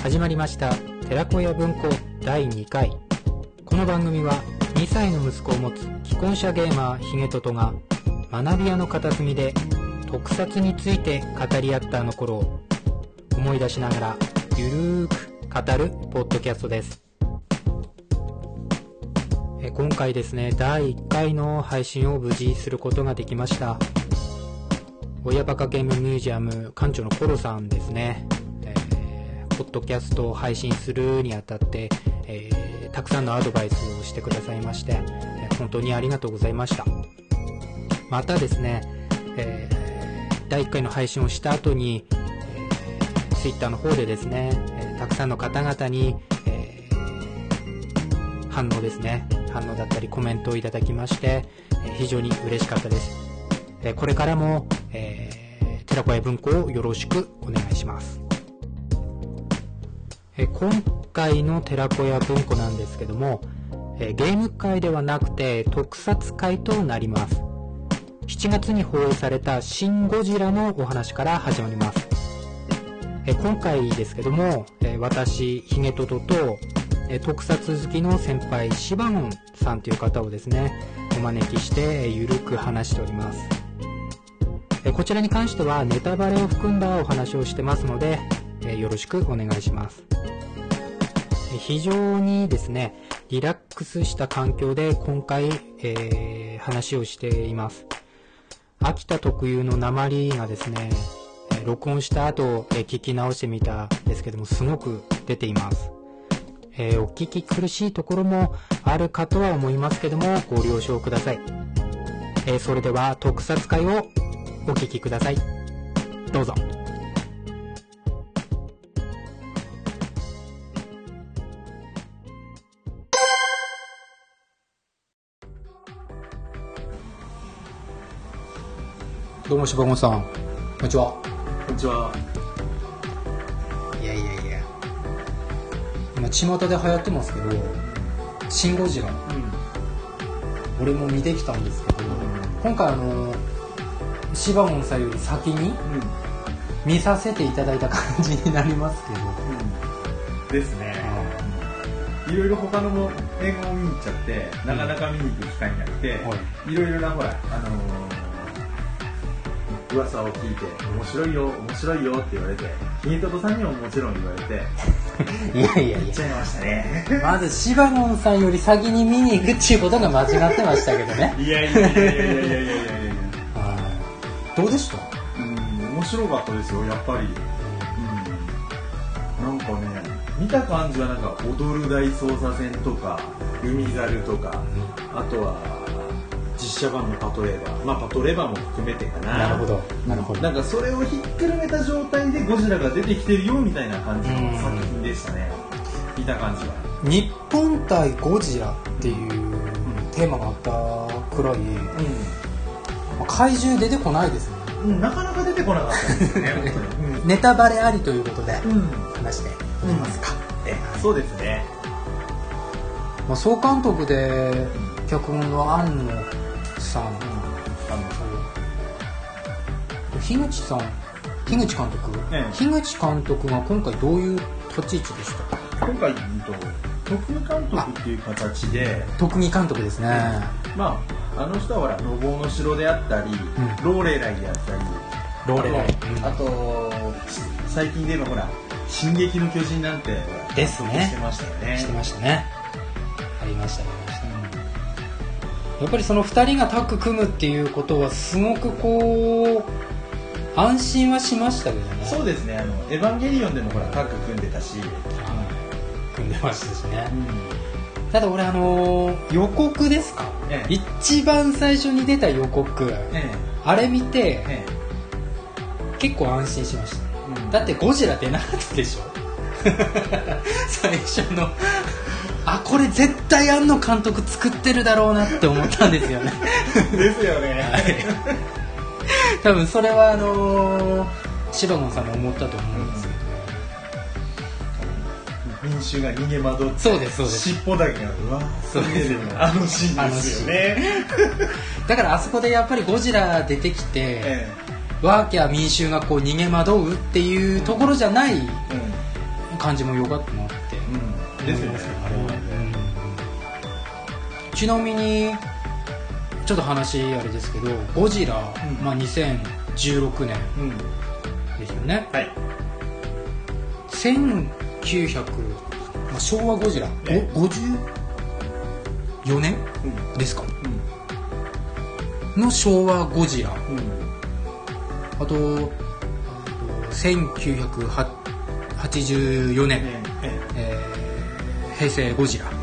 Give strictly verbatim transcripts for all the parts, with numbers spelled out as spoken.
始まりました寺子屋文庫だいにかい。この番組はにさいの息子を持つ既婚者ゲーマーヒゲトトが学び屋の片隅で特撮について語り合ったあの頃を思い出しながらゆるーく語るポッドキャストです。え今回ですね、だいいっかいの配信を無事することができました。親バカゲームミュージアム館長のコロさんですね、えー、ポッドキャストを配信するにあたって、えー、たくさんのアドバイスをしてくださいまして、えー、本当にありがとうございました。またですね、えー、だいいっかいの配信をした後に、えー、Twitter の方でですね、えー、たくさんの方々に、えー、反応ですね反応だったりコメントをいただきまして、えー、非常に嬉しかったです。えー、これからも、えー、寺子屋文庫をよろしくお願いします。えー、今回の寺子屋文庫なんですけども、えー、ゲーム会ではなくて特撮会となります。しちがつに放映されたシン・ゴジラのお話から始まります。えー、今回ですけども、えー、私ヒゲトトと、えー、特撮好きの先輩シバゴンさんという方をですねお招きして、えー、ゆるく話しております。えー、こちらに関してはネタバレを含んだお話をしてますので、えー、よろしくお願いします。えー、非常にですねリラックスした環境で今回、えー、話をしています。秋田特有の訛りがですね、えー、録音した後、えー、聞き直してみたんですけどもすごく出ています。えー、お聞き苦しいところもあるかとは思いますけどもご了承ください。えー、それでは特撮会をお聞きください。どうぞ。どうもしばごんさん、こんにちは。 こんにちは。 いやいやいや、今巷で流行ってますけどシン・ゴジラ、うん、俺も見てきたんですけど、うん、今回あのシバゴンさんより先に見させていただいた感じになりますけど、 うん、ですね、うん、いろいろ他のも映画を見に行っちゃってなかなか見に行く機会になって、うん、いろいろなほら、あのー、噂を聞いて面白いよ面白いよって言われてヒゲトトさんにももちろん言われていやいやいや言っちゃいましたね。 まずシバゴンさんより先に見に行くっていうことが間違ってましたけどね。 いやいやいやいやいやいやいやいやどうでした？ うん、面白かったですよやっぱり、うん、なんかね見た感じはなんか踊る大捜査線とか海猿とか、うん、あとは実写版のパトレーバー、まあパトレーバーも含めてかな。 なるほどなるほど。 なんかそれをひっくるめた状態でゴジラが出てきてるよみたいな感じの作品でしたね、見た感じは。 日本対ゴジラっていうテーマがあったくらい、うん、怪獣出てこないですね、 うん、なかなか出てこなかったですね本当に、うん、 ネタバレありということで、うん、話していきますか、 うん、えそうですね、 まあ、総監督で脚本の庵野さん、うん、あの樋口さん樋口監督、ええ、樋口監督が今回どういう立ち位置でした？ 今回、うん、と特技監督っていう形で特技監督ですね、 うん、まああの人はほらのぼうの城であったり、うん、ローレライであったりローレライあと、うん、あと最近で言えばほら進撃の巨人なんてですねしてましたよね。 してましたね。ありましたありました、うん、やっぱりそのふたりがタッグ組むっていうことはすごくこう安心はしましたけどね。 そうですね、あのエヴァンゲリオンでもほらタッグ組んでたし、うん、 組んでましたしね、うん、ただ俺あのー、予告ですか、ええ、一番最初に出た予告、ええ、あれ見て、ええ、結構安心しました、うん、だってゴジラ出なかったでしょ最初のあこれ絶対庵野監督作ってるだろうなって思ったんですよねですよね、はい、 多分それはあのー、シバゴンさんも思ったと思うんですけど、 うん、民衆が逃げ惑って、 そうですそうです、 尻尾だけがうわそうですよね、あのシーンですよねだからあそこでやっぱりゴジラ出てきて、ええ、ワーキャー民衆がこう逃げ惑うっていうところじゃない、うん、 感じも良かったなって、 うん、ですよね、あれはね、 うん、ちなみにちょっと話あれですけどゴジラ、うん、まあ、にせんじゅうろくねんですよね、うん、はい、せんきゅうひゃく、まあ、昭和ゴジラ、えごじゅうよねん、うん、ですか、うん、の昭和ゴジラ、うん、あとせんきゅうひゃくはちじゅうよねん、ええー、平成ゴジラ、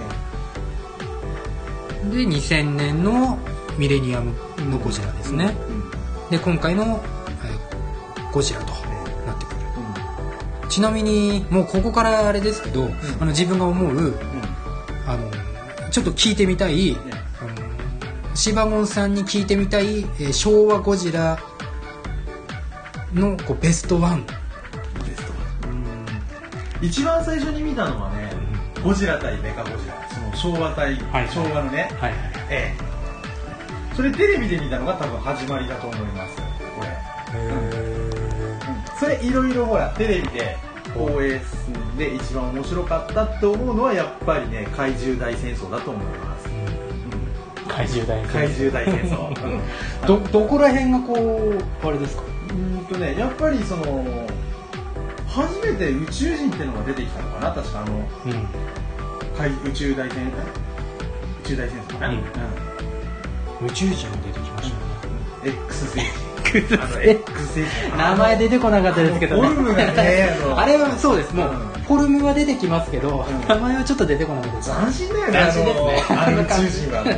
えでにせんねんのミレニアムのゴジラですね、うん、で今回の、えー、ゴジラとなってくる、うん、ちなみにもうここからあれですけど、うん、あの自分が思う、うん、あのちょっと聞いてみたい、うん、あのシバモンさんに聞いてみたい、えー、昭和ゴジラのこうベストワン、ベストワン、 うん、一番最初に見たのはね、うん、ゴジラ対メカゴジラ、その昭和対、はい、昭和のね、はいはい、ええ、それテレビで見たのが多分始まりだと思いますこれ、へー、うん、それいろいろほらテレビで放映で一番面白かったって思うのはやっぱりね怪獣大戦争だと思います、 うん、怪獣大戦争、 怪獣大戦争、うん、 ど, どこら辺がこうあれですか、 うんとね、やっぱりその初めて宇宙人ってのが出てきたのかな、確かあの、うん、怪宇宙大戦宇宙大戦争かな、うんうん、宇宙人が出てきましたね、 うん、X 星人あの X 星人名前出てこなかったですけどね、 フォルムがねあれはそうです、もう、うん、フォルムは出てきますけど、うん、名前はちょっと出てこなかったです。 斬新だよね、 斬新ですね、 あの宇宙人は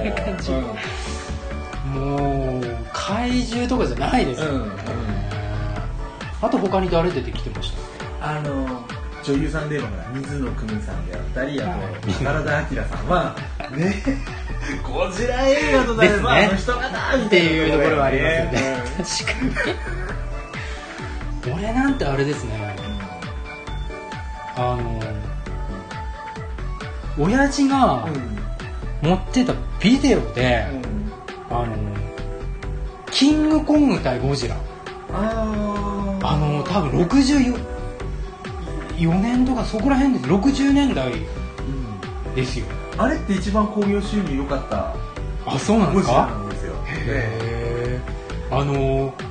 もう、うん、もう怪獣とかじゃないですよ、うんうん、あと他に誰出てきてました？ あの女優さんでの水野久美さんであったり、あと宝田明さんはねゴジラ映画となれば、ね、あの人がなみたいなっていうところはありますよね、うん、確かに俺なんてあれですね、うん、あの親父が持ってたビデオで、うん、あのキングコング対ゴジラ、ああの多分ろくじゅうよねんとかそこら辺です、ろくじゅうねんだいですよ、 うん、あれって一番興行収入良かったあ、そうなんですか、 なんですよ。 へー、あのー、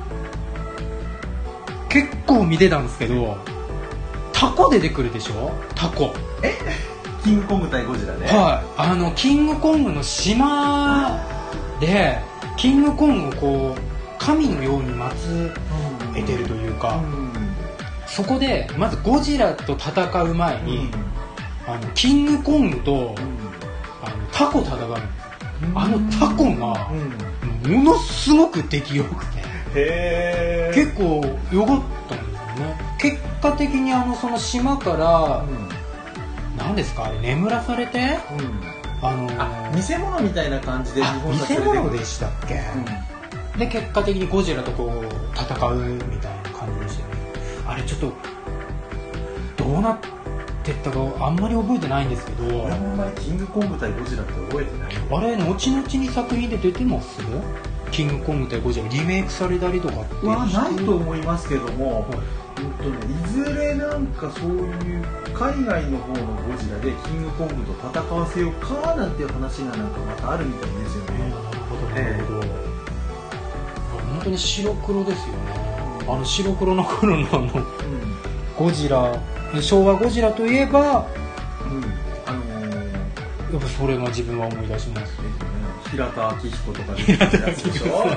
結構見てたんですけどタコ出てくるでしょ、タコ、 えキングコング対ゴジラね、 はい、あのキングコングの島でキングコングをこう神のように祀ってるというか、うんうん、そこでまずゴジラと戦う前に、うん、あのキングコングと、うん、あのタコ戦うんです、うん、あのタコが、うん、ものすごく出来よくて、へー、結構良かったんですよね。結果的にあのその島から、うん、何ですかあれ眠らされて、 うん、あのー、あ偽物みたいな感じで日本偽物でしたっけ、うん、で結果的にゴジラとこう戦うみたいな感じでしたよね。あれちょっとどうなってったかあんまり覚えてないんですけど、 俺も前キングコング対ゴジラって覚えてない。 あれ後々に作品で出てます？キングコング対ゴジラリメイクされたりとかってはないと思いますけども、はい、うんとね、いずれなんかそういう海外の方のゴジラでキングコングと戦わせようかなんていう話がなんかまたあるみたいですよね。なるほどなるほど、えー、本当に白黒ですよね、うん、あの白黒の頃のあの、うん、ゴジラ、昭和ゴジラといえば、うん、あのー、やっぱそれが自分は思い出しますね。 平田明彦とか出てきたやつでしょはい、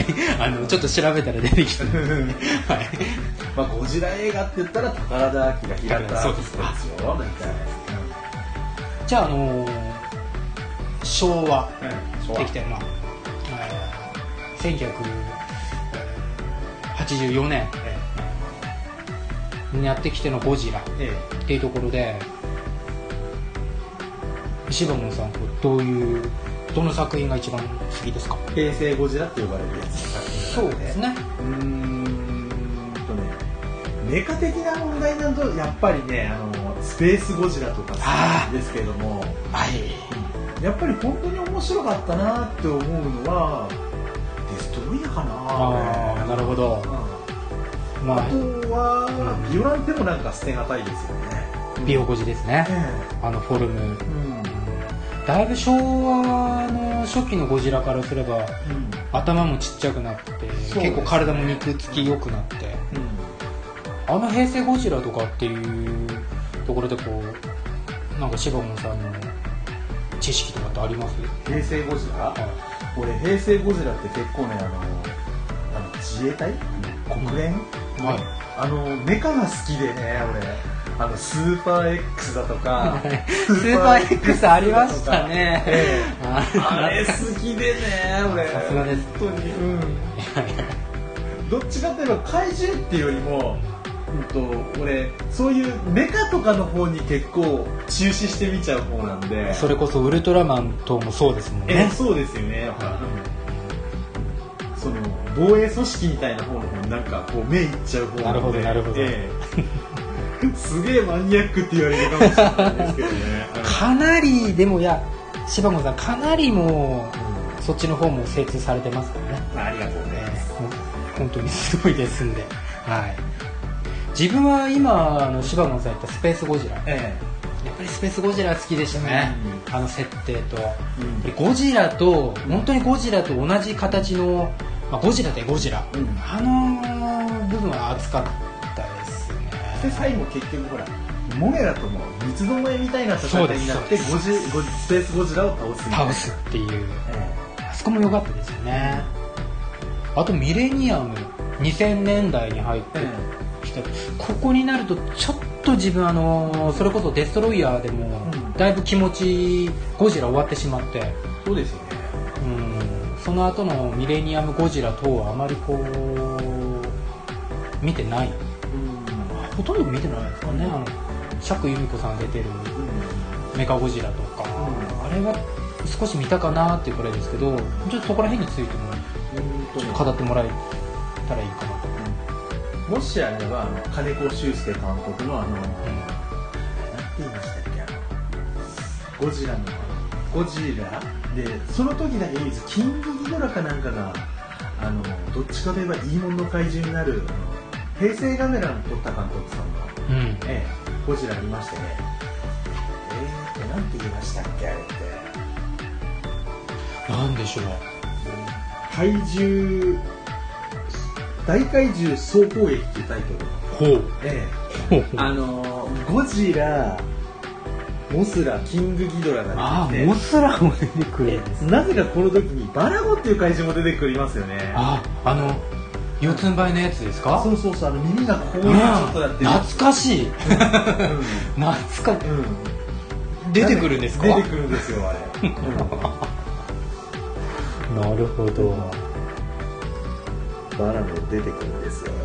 あのちょっと調べたら出てきたはい、 まあゴジラ映画って言ったら宝田明、平田明彦ですよ。 じゃあ、あのー、昭和できて、まあえー、せんきゅうひゃくはちじゅうよねんにやってきてのゴジラっていうところで、シバモンさんどういうどの作品が一番好きですか？ 平成ゴジラって呼ばれるやつの作品なんで、 そうですね。 うーんとね、メカ的な問題なんとやっぱりね、あのスペースゴジラとか好きですけども、はい、やっぱり本当に面白かったなって思うのはデストロイヤーかな。 ああ、なるほど。 うん、まあ、あとは、うん、ビオランテもなんか捨てがたいですよね。 ビオゴジですね、うん、あのフォルム、うん、だいぶ昭和の初期のゴジラからすれば、うん、頭もちっちゃくなって、ね、結構体も肉付き良くなって、うん、あの平成ゴジラとかっていうところでこうなんか柴門さんの知識とかってあります？ 平成ゴジラ、はい、俺平成ゴジラって結構ねあのあの自衛隊国連、うん、はい、あのメカが好きでね俺あのスーパー X だとかスーパー X ありましたね、ええ、 あれ好きでね俺さすがです本当に、うん、どっちかといえば怪獣っていうよりもうんと俺そういうメカとかの方に結構注視して見ちゃう方なんで、 それこそウルトラマン等もそうですもんね。 えそうですよね、うん、その防衛組織みたいな方の方になんかこう目いっちゃう方なんで、 なるほどなるほど、えー、すげえマニアックって言われるかもしれないですけどねかなりでもいや柴門さんかなりもう、うん、そっちの方も精通されてますからね。 ありがとうございます、 えー、本当にすごいですんで、はい、自分は今あの柴門さん言ったスペースゴジラ、ええ、やっぱりスペースゴジラ好きでしたね、うん、あの設定と、うん、ゴジラと本当にゴジラと同じ形の、まあ、ゴジラでゴジラ、うん、あの部分は熱かったですね。 で最後結局ほらモゲラとも三つどもえみたいな戦いになってゴジゴジスペースゴジラを倒すみたいな倒すっていう、ええ、あそこも良かったですよね。あとミレニアムにせんねんだいに入って、ええここになるとちょっと自分あのそれこそデストロイヤーでもだいぶ気持ちゴジラ終わってしまって、 そうですよね、 うん、その後のミレニアムゴジラ等はあまりこう見てない、うん、ほとんど見てないですかね、うん、あの釈由美子さん出てるメカゴジラとか、うん、あれは少し見たかなっていうくらいですけど、ちょっとそこら辺についてもちょっと語ってもらえたらいいかなと。 もしあればあの金子修介監督のあの、うん、なんて言いましたっけ、あのゴジラのゴジラでその時だけ唯一キングギドラかなんかがあのどっちかといえばいいものの怪獣になるあの平成ガメラの撮った監督さんの、うん、ええ、ゴジラ見ましてね、えーってなんて言いましたっけあれって、 なんでしょう、 怪獣大怪獣総攻撃っていうタイトル。ほう。ええ。あのー、ゴジラ、モスラ、キングギドラが出てきて。 あ、モスラも出てくるんです、 ね。なぜかこの時にバラゴっていう怪獣も出てくりますよね。 あ、あの四つん這いのやつですか？ そうそうそう、あの耳がこういうちょっとやってる。 懐かしい。うん、懐か、うん。出てくるんですか？ 出てくるんですよあれ。 うん、なるほど。 バラも出てくるんですよ。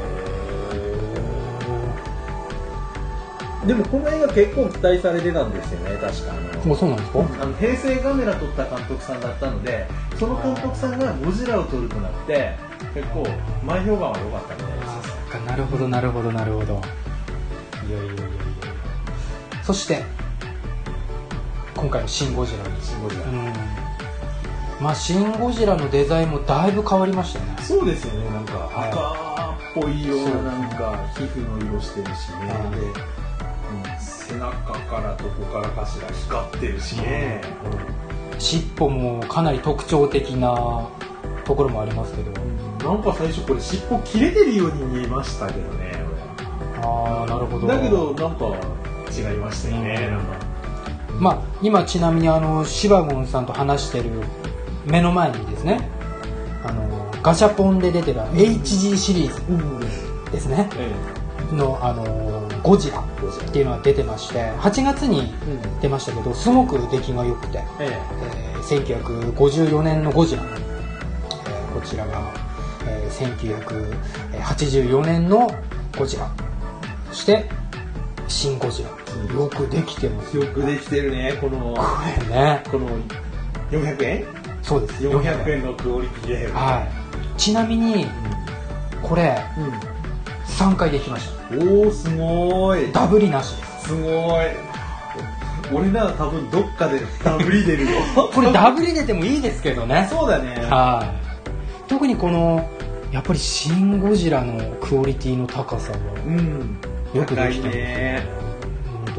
でもこの映画結構期待されてたんですよね、確か。あのそうなんですか？ あの平成ガメラ撮った監督さんだったので、その監督さんがゴジラを撮るとなって結構前評判は良かったみたいです。 あ、そっか、なるほどなるほどなるほど。いやいやいやいや。そして今回のシン・ゴジラにシン・ゴジラ、うん、 まあ、シン・ゴジラのデザインもだいぶ変わりましたね。 そうですよね、なんか赤っぽいようななんか皮膚の色してるしね、で、うん、背中からどこからかしら光ってるしね、 うん、尻尾もかなり特徴的なところもありますけど、 うん、なんか最初これ尻尾切れてるように見えましたけどね、 ああ、なるほど。 だけどなんか違いましたよね、うん、なんか、 まあ、今ちなみにあの柴門さんと話してる目の前にですね、あのガシャポンで出てる エイチジー シリーズですね、うん、のあのゴジラっていうのが出てまして、はちがつに出ましたけど、すごく出来が良くて、えー、せんきゅうひゃくごじゅうよねんのゴジラ、えー、こちらが、えー、せんきゅうひゃくはちじゅうよねんのゴジラ、そしてシン・ゴジラ、よくできてます、 よくできてるね、このこれね、このよんひゃくえん、 そうです、 よんひゃくえんのクオリティで、 はい、ちなみに、うん、これ、うん、さんかいできました。 おー、すごい、 ダブりなしです。 すごい、俺なら多分どっかでダブり出るよこれダブり出てもいいですけどね。 そうだね、 はい、特にこのやっぱりシン・ゴジラのクオリティの高さは、うん、よくできてますね。うん、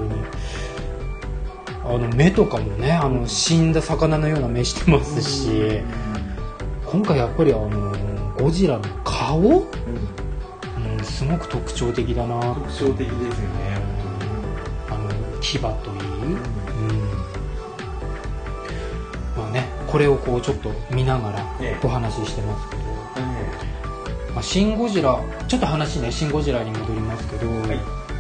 あの目とかもね、あの死んだ魚のような目してますし、うん、今回やっぱりあのゴジラの顔、うんうん、すごく特徴的だな。 特徴的ですよね、 あの牙といい、うんまあね、これをこうちょっと見ながらお話ししてますけど、まあ、シン・ゴジラ、ちょっと話ね、シン・ゴジラに戻りますけど、はい、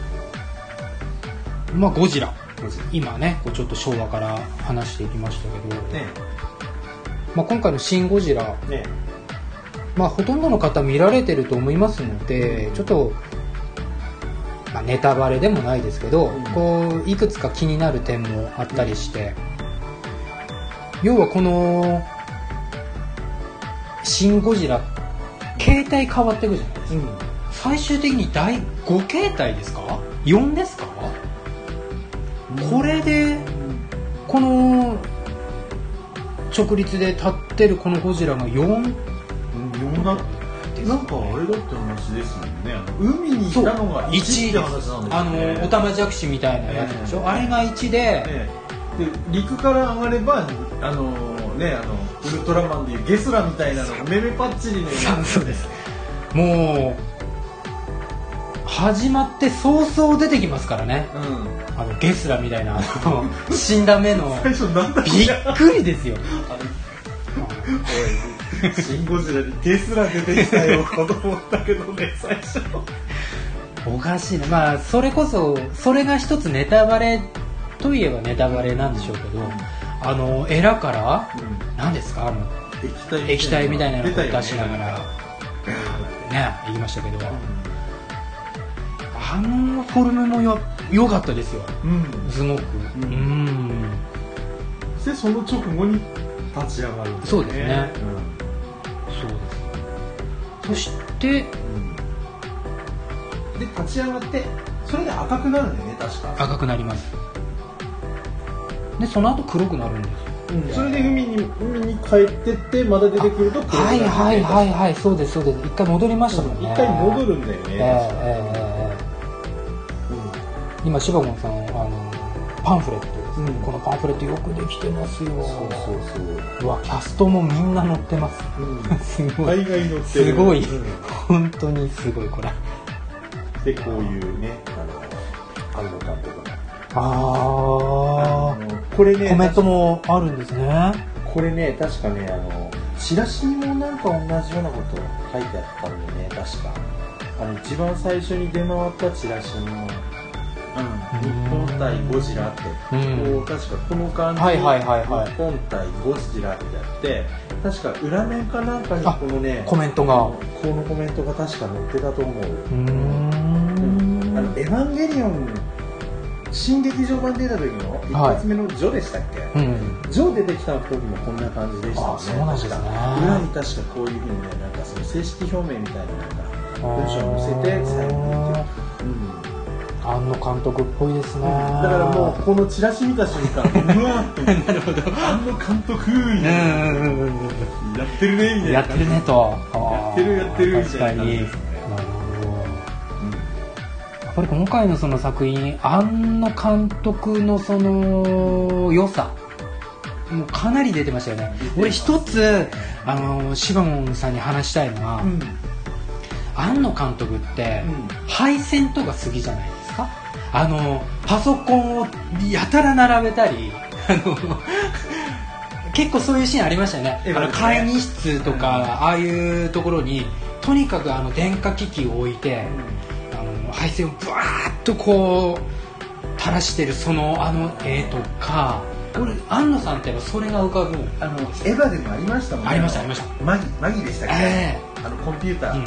まあゴジラ、今ねこうちょっと昭和から話していきましたけど、ねまあ、今回のシン・ゴジラ、ねまあ、ほとんどの方見られてると思いますので、ちょっと、まあ、ネタバレでもないですけど、うん、こういくつか気になる点もあったりして、うん、要はこのシン・ゴジラ形態変わっていくじゃないですか、うん、最終的にだいご形態ですかよんですか、うん、これでこの直立で立ってるこのゴジラがよん、うん、よんだなんかあれだって話ですもんね。海にいたのがいちって話なんですよね。 あのオタマジャクシみたいなやつでしょ、えー、あれがいちで、 えー、で陸から上がればあのねあのウルトラマンでいうゲスラみたいなのがメメパッチリね。 そうです。もう始まって早々出てきますからね、うん、あのゲスラみたいな死んだ目の最初なんだびっくりですよ。 シン・ゴジラにゲスラ出てきたよと思ったけどね、最初おかしいね。まあそれこそそれが一つネタバレといえばネタバレなんでしょうけど、うん、あのエラから、うん、何ですかあの液体液体みたいなのを出しながらね言いましたけど、うん、あのフォルムもよ良かったですよ、うん、すごく、うんうん、 でその直後に立ち上がるんですね。 そうですね、うんそうです。そして、うん、 で立ち上がってそれで赤くなるんだよね、確か。 赤くなります。でその後黒くなるんですよ、 うん、それで海に海に帰ってってまだ出てくると黒くなる、 はいはいはいはいそうですそうです。一回戻りましたもんね。 一回戻るんだよね、 えーえーうん、今シバゴンさんあのパンフレット、うん、このパンフレットよくできてますよ。そうそうそう。うわキャストもみんな載ってます、うん、すごい海外載ってるすごい、うん、本当にすごいこれでこういうねあの安野監督のああこれねコメントもあるんですね。 これね確かねあのチラシにもなんか同じようなこと書いてあったんでね、確かあの一番最初に出回ったチラシにもうん、日本対ゴジラって、うん、こう確かこの感じで、はいはいはいはい、日本対ゴジラってやって確か裏面かなんかにこのねコメントがこのコメントが確か載ってたと思う。うーん、うん、あのエヴァンゲリオン新劇場版出た時の一発目のジョでしたっけ、はいうん、ジョ出てきた時もこんな感じでしたね。 あそうなんですね。 裏に確かこういうふうにねなんかその正式表明みたいななんか文章を載せて最後に言ってる、うん庵野監督っぽいですね。だからもうこのチラシ見た瞬間うわっとなるほど庵野監督みたいなやってるねみたいなやってるねとやってるやってるみたいな。なるほど、うん、やっぱり今回のその作品庵野監督のその良さもうかなり出てましたよね。俺一つあのシバモンさんに話したいのは、うん、庵野監督って、うん、配線とか好きじゃないですか。あのパソコンをやたら並べたりあの結構そういうシーンありましたよね。あの会議室とか、うん、ああいうところにとにかくあの電化機器を置いて、うん、あの配線をブワーッとこう垂らしてるそのあの絵とか俺庵野さんってやっぱそれが浮かぶあのエヴァでもありましたもんね。 ありましたありましたマギマギでしたっけ、えー、あのコンピューター、うん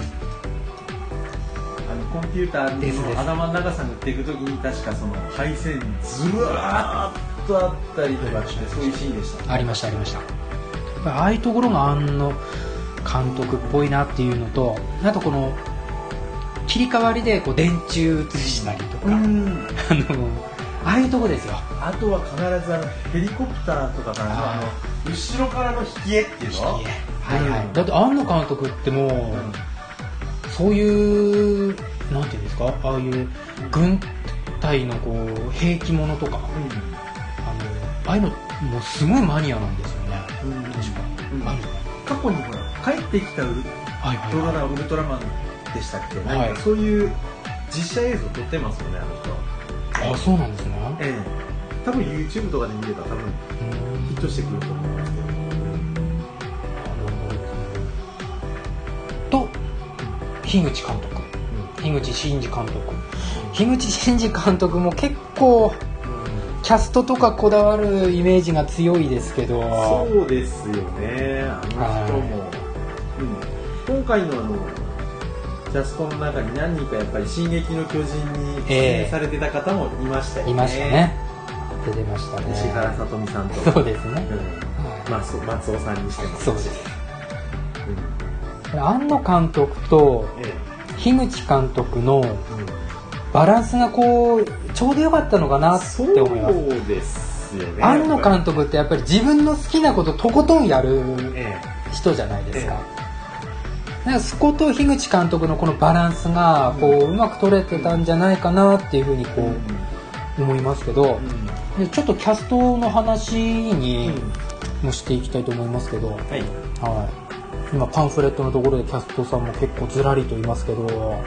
コンピューターの頭の長さがっていくときに確かその配線ずらーっとあったりとかしてそういうシーンでした、ね、 ありましたありました。ああいうところが庵野監督っぽいなっていうのとあとこの切り替わりでこう電柱映したりとかうんあのああいうとこですよ。 あとは必ずあのヘリコプターとかからのあの後ろからの引き絵っていうの引き絵、はいはい、だって庵野監督ってもう、うん、そういうなんていうんですかああいう軍隊のこう兵器物とか、うん、あああいうのもうすごいマニアなんですよね、 うん、 確か、 うん、 ある過去にほら帰ってきたウル,、はいはいはい、ウルトラマンでしたっけ、はい、なんかそういう実写映像撮ってますよね、あの人。 ああ、そうなんですね。 ええ、多分 YouTube とかで見れば多分ヒットしてくると思いますけど。 と樋口監督、うん、樋口真嗣監督、うん、樋口真嗣監督も結構、うん、キャストとかこだわるイメージが強いですけど。 そうですよね、あの人も、うん、今回のあのキャストの中に何人かやっぱり進撃の巨人に出演されてた方もいましたよね、 えー、いましたね、出てましたね、 石原さとみさんとか、 そうですね、 うん、はい、松, 松尾さんにしてもそうです、うん、庵野監督と樋口監督のバランスがこうちょうど良かったのかなって思います。 そうですよね、 庵野監督ってやっぱり自分の好きなこととことんやる人じゃないですか、ええ、なんかそこと樋口監督のこのバランスがこう、うん、うまく取れてたんじゃないかなっていうふうにこう、うん、思いますけど、うん、でちょっとキャストの話にもしていきたいと思いますけど、うん、はいはい、今パンフレットのところでキャストさんも結構ずらりといますけど、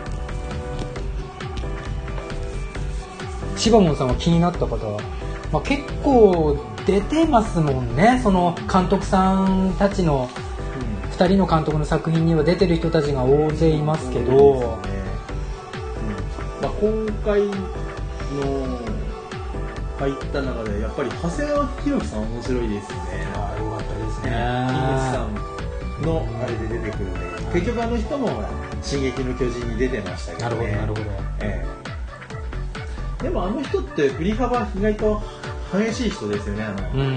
シバモンさんが気になった方は、まあ、結構出てますもんね、その監督さんたちのふたりの監督の作品には出てる人たちが大勢いますけど、ね、うん、 まあ、今回の入った中でやっぱり長谷川博己さん面白いですね。 ああ、よかったですね。 樋口さんのあれで出てくるので、うん、結局あの人もほら進撃の巨人に出てましたけどね。 なるほどなるほど、 ええ、でもあの人って振り幅意外と激しい人ですよね。あの、うんうん、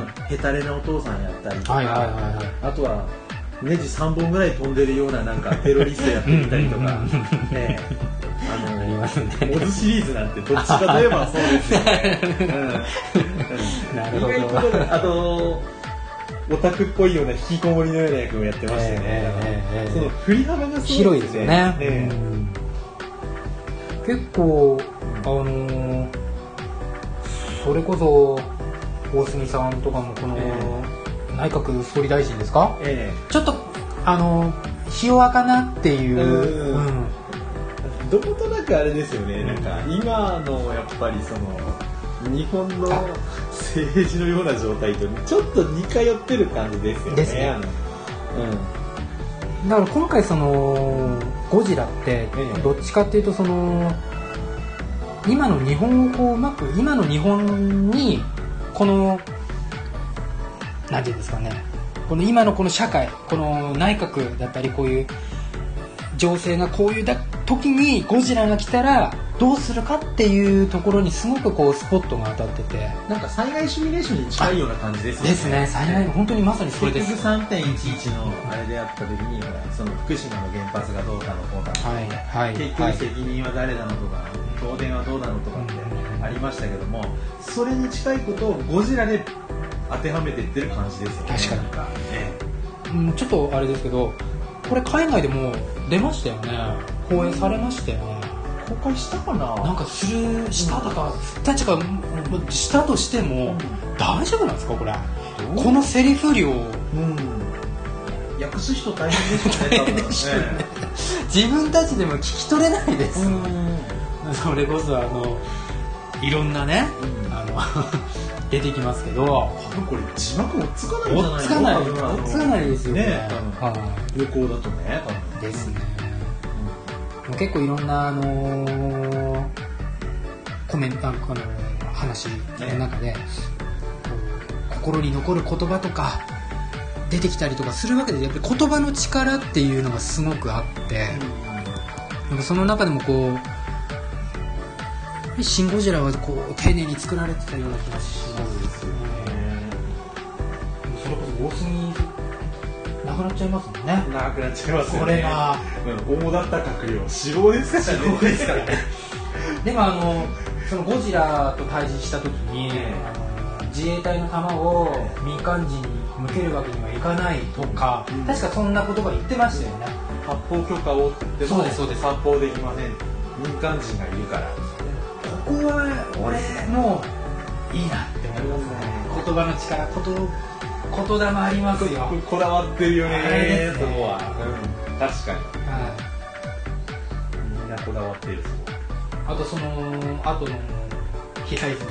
ヘタレなお父さんやったりとか、はいはいはいはい、あとはネジさんぼんぐらい飛んでるようななんかテロリストやってみたりとか、ね、あのありますね、モズシリーズなんてどっちかといえばそうですよね。うん、なるほど。意外とあとオタクっぽいような引きこもりのような役をやってましたよね。えーえー、その振り幅がすごいですね。 広いですよね。えーうん、結構あのー、それこそ大杉さんとかもこの、えー内閣総理大臣ですか、ええ、ちょっとあのひ弱かなっていう、うんうん、 どことなくあれですよね、なんか今のやっぱりその日本の政治のような状態とちょっと似通ってる感じですよね。ですね、うん、 だから今回そのゴジラってどっちかっていうとその今の日本をこううまく今の日本にこのなんていうんですかね、この今のこの社会、この内閣だったりこういう情勢がこういうだ時にゴジラが来たらどうするかっていうところにすごくこうスポットが当たってて、 なんか災害シミュレーションに近いような感じですよね。 ですね、災害の本当にまさにそれです。 結局 さんてんいちいち のあれであった時にその福島の原発がどうだのこうだのとか、はいはい、結局責任は誰なのとか、はい、東電はどうなのとかってありましたけども、それに近いことをゴジラで当てはめていってる感じですよね。 確かにか、ええ、うん、ちょっとあれですけどこれ海外でも出ましたよね、放映されましたよね。 公開したかな、 なんかするしたとか、うん、たちがしたとしても、うん、大丈夫なんですかこれ、このセリフ量、うん、 訳す人大変でしょうね。大変でしょうね、ええ、自分たちでも聞き取れないです、うん、それこそあのいろんなね、うん、あの出てきますけど、 多分これ字幕追っつかないんじゃないの？追っつかない、追っつかないですよね。 ね、多分旅行だとね、多分ですね。うん、結構いろんなあのー、コメント、あの話の中で、ね、心に残る言葉とか出てきたりとかするわけで、やっぱり言葉の力っていうのがすごくあって、うん、なんかその中でもこう。シン・ゴジラはこう丁寧に作られてたような気がしますよね。それこそ大杉なくなっちゃいますもんね。 なくなっちゃいますよね。 これが、 うん、主だった閣僚死亡ですからね。 死亡ですからね。でもあのそのゴジラと対峙した時に、あの自衛隊の弾を民間人に向けるわけにはいかないとか、うん、確かそんな言葉言ってましたよね。 発砲許可をっても発砲できません。民間人がいるから。 ここは俺のいいなって思いますね。言葉の力、言霊ありますよ。 こだわってるよね、そこは。確かに。みんなこだわってる。 あとその後の平泉さ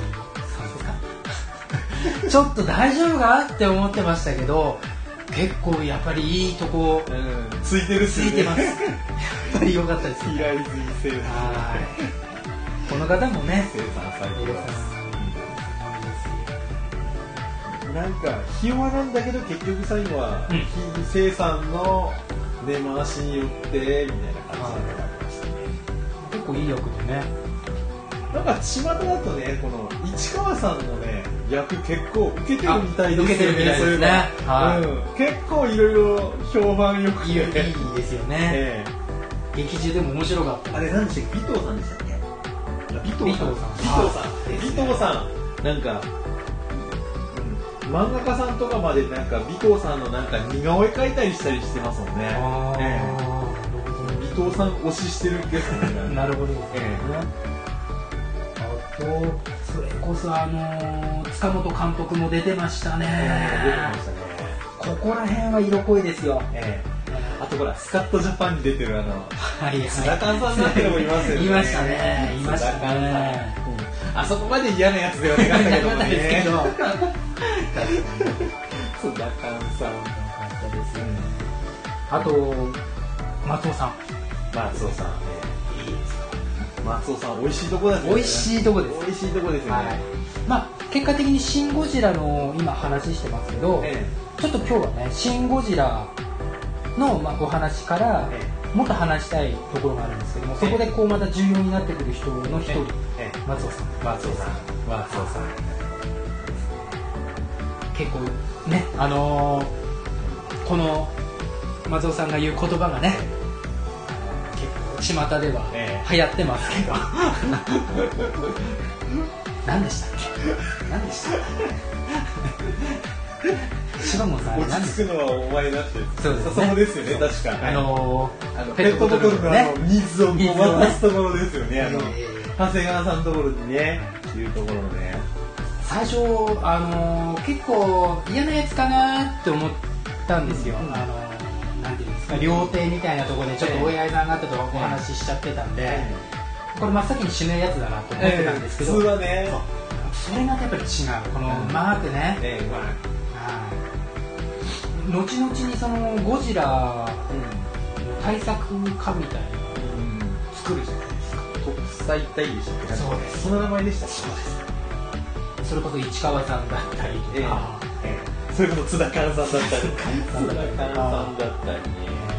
んですかちょっと大丈夫かって思ってましたけど、結構やっぱりいいとこ、うん、 ついてるっすね。 ついてます。やっぱり良かったです。 平泉聖さん。 この方もね、 聖さん最高です。なんかひ弱なんだけど結局最後は聖さんの根回しによってみたいな感じでありましたね。 結構いい役でね。 なんか巷だとね、この市川さんのね役結構受けてるみたいですよね。 受けてるみたいですね。 はい、うん、結構いろいろ評判よくていいですよね。ええ、劇中でも面白かった。 あれ何でしたっけ？尾藤さんでしたっけ？ 尾藤さん。尾藤さん。尾藤さん。なんか。漫画家さんとかまでなんか尾藤さんのなんか似顔絵描いたりしたりしてますもんね。あええ、尾藤さん推ししてるんですね。 なるほどですね。ええ、あとそれこそあのー、塚本監督も出てましたね。 出てましたね。 ここら辺は色濃いですよ。 ええ、あとほらスカットジャパンに出てるあのはいはい、 須田寛さんなんてのもいますよね。 いましたね。いましたね。 あそこまで嫌なやつではなかったけどね。須田寛さんの方ですよね。 あと松尾さん。 松尾さん、 いいですよ。 松尾さん美味しいとこですね。 美味しいとこです。 美味しいとこですよね。 まあ結果的にシン・ゴジラの今話してますけど、ちょっと今日はねシン・ゴジラのまあお話からもっと話したいところがあるんですけども、そこでこうまた重要になってくる人の一人、松尾さん。 松尾さん。松尾さん。 結構ね、あのー、この松尾さんが言う言葉がね、結構巷では流行ってますけど、何でしたっけ？何でしたっけ？柴本さん、 落ち着くのはお前だって。 そうですね。 そこですよね、確か。 あのー、あのペットボトルのね、水を渡すところですよね。あの長谷川さんのところにね、いうところのね。 最初あのー、結構嫌なやつかなって思ったんですよ。うん、あのー、なんていうんですか、料亭みたいなところでちょっとお偉いさんがあったとお話ししちゃってたんで、えー、これ真っ先に死ぬやつだなと思ってたんですけど、 えー、普通はね、 それがやっぱり違う。このマークね。 えー、 まあ、後々にそのゴジラの対策家みたいなのを作るじゃないですか。 特裁隊でしたっけ？ そうです。 その名前でしたっけ？ そうです。それこそ市川さんだったりとか、 ええええ、それこそ津田寛さんだったり、津田寛さんだったりね、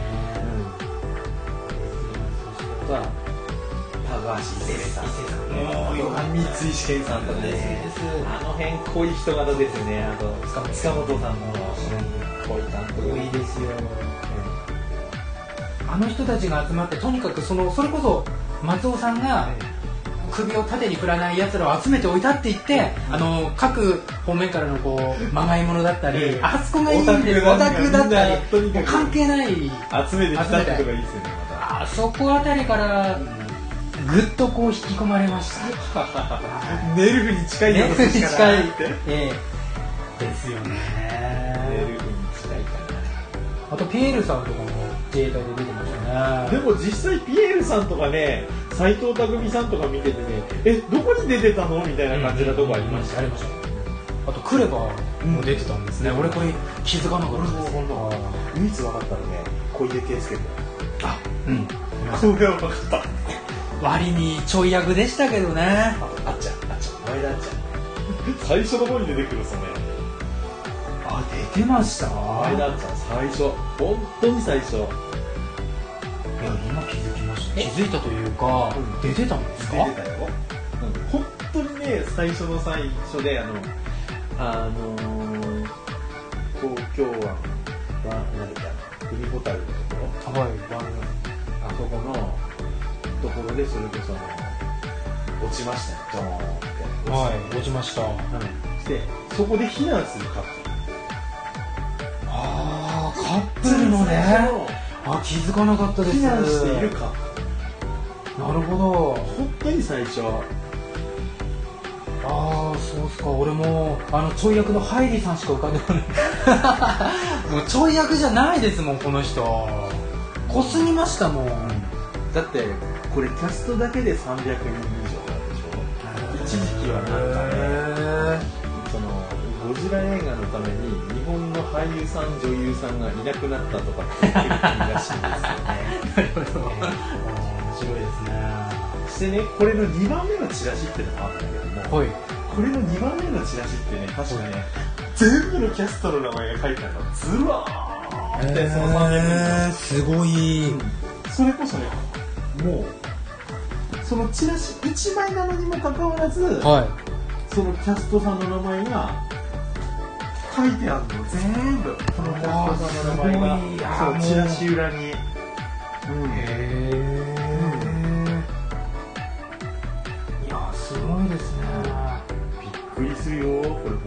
うん、あとは高橋伊勢さん、三井試験さんとかね、あの辺濃い人方ですよね。あと塚本さんの濃い担当濃いですよ。あの人たちが集まってとにかくそのそれこそ松尾さんが、ええ、首を縦に振らない奴らを集めておいたって言って、うん、あの各方面からのこうまがいものだったり、うん、あそこがいいんです。オタクだったり関係ない集めてきたってことがいいですよね。またあそこあたりからぐっとこう引き込まれました。 ネルフに近いネルフに近いって、ええ、ですよね。 ネルフに近いかな。 あとピエールさんとかも自衛隊で出てましたね。 でも実際ピエールさんとかね、斎藤工さんとか見ててね、え、どこに出てたのみたいな感じなとこありました。 ありました。あとクレバーも出てたんですね。うん、俺これ気づかなかったです。 唯一分かったのね、小出圭介君。 あ、うん。 これは分かった。 割にちょい役でしたけどね。 あ、あっちゃん、あっちゃん、前田あっちゃん。最初の方に出てくるそのね。 あ、出てました。 前田あっちゃん、最初。本当に最初。 いや、今気づきました。気づいたというか、うん、出てたんですか？ 出てたよ。うん、本当にね、最初の最初で、あの、あのー、東京湾は、何だっけ、海ホタルのところ。 はい、 あそこのところで、それこそ、落ちましたよ、ドーンって。 はい、落ちました。うん、 で、そこで避難するカップル。 あー、カップルのね。あ、気づかなかったです。 避難しているカップル。 なるほど。 本当に最初。 ああ、そうっすか。俺もあのちょい役のハイリーさんしか浮かんでこないもうちょい役じゃないですもん、この人。濃すぎましたもん、うん、 だってこれキャストだけでさんびゃくにん以上なんでしょ。一時期はなんかね、そのゴジラ映画のために日本の俳優さん女優さんがいなくなったとかって言ってる国らしいんですよねなるほど、面白いですね。 そしてね、これのにばんめのチラシっていうのがあったんだけども、はい、これのにばんめのチラシってね、確かね、全部のキャストの名前が書いてあるのずらーって、そのさんびゃくにんすごい、うん、 それこそね、もうそのチラシいちまいなのにもかかわらず、はい、そのキャストさんの名前が書いてあるの、全部そのキャストさんの名前がそうチラシ裏に、うん、へー、すごいですね。 びっくりするよ、これ本当に、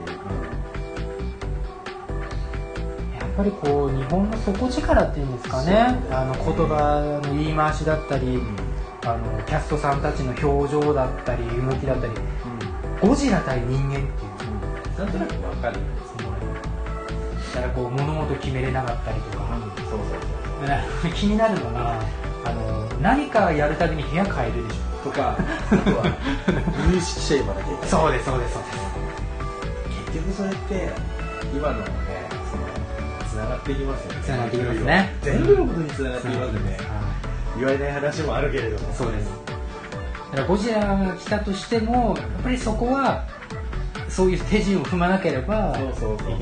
うん、やっぱりこう日本の底力っていうんですかね、あの言葉の言い回しだったり、うん、あのキャストさんたちの表情だったり動きだったり、うん、ゴジラ対人間っていう、 うん、なんとなく分かるんですね。 だからこう物事決めれなかったりとか、 うん、そうそうそう気になるのが、あの何かやるたびに部屋変えるでしょとか、あとは有識者呼ばなきゃいけない。 そうですそうですそうです。 結局それって今のね、そのつながっていきますよね。 つながっていきますね。 全部のことにつながっていきますよね。言われない話もあるけれども。 そうです。だからゴジラが来たとしても、やっぱりそこはそういう手順を踏まなければいけない。そうそうそう、うん、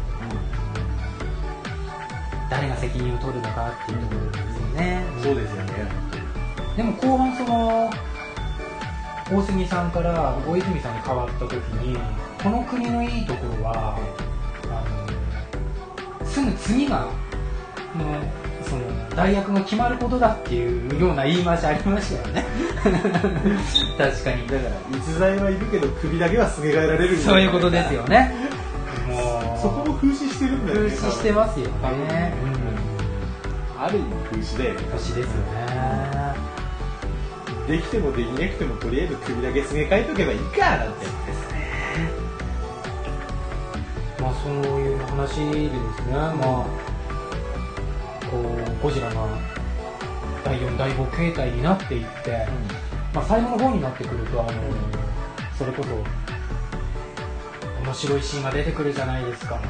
誰が責任を取るのかっていうところですよね。 うん、そうですよね。 でも後半その大杉さんから大泉さんに変わった時に、この国のいいところはあのすぐ次がのその代役が決まることだっていうような言い回しありましたよね確かに。 だから逸材はいるけど首だけはすげ替えられる。 そういうことですよね。 もうそこも風刺してるんだよね。 風刺してますよね、 うん、ある意味風刺だよね。 風刺ですよね。 できてもできなくてもとりあえず首だけすげ替えとけばいいかなんて。 そうですね。まあそういう話でですね、まあこうゴジラがだいよんだいご形態になっていって、うん、まあ最後の方になってくるとあの、うん、それこそ面白いシーンが出てくるじゃないですか。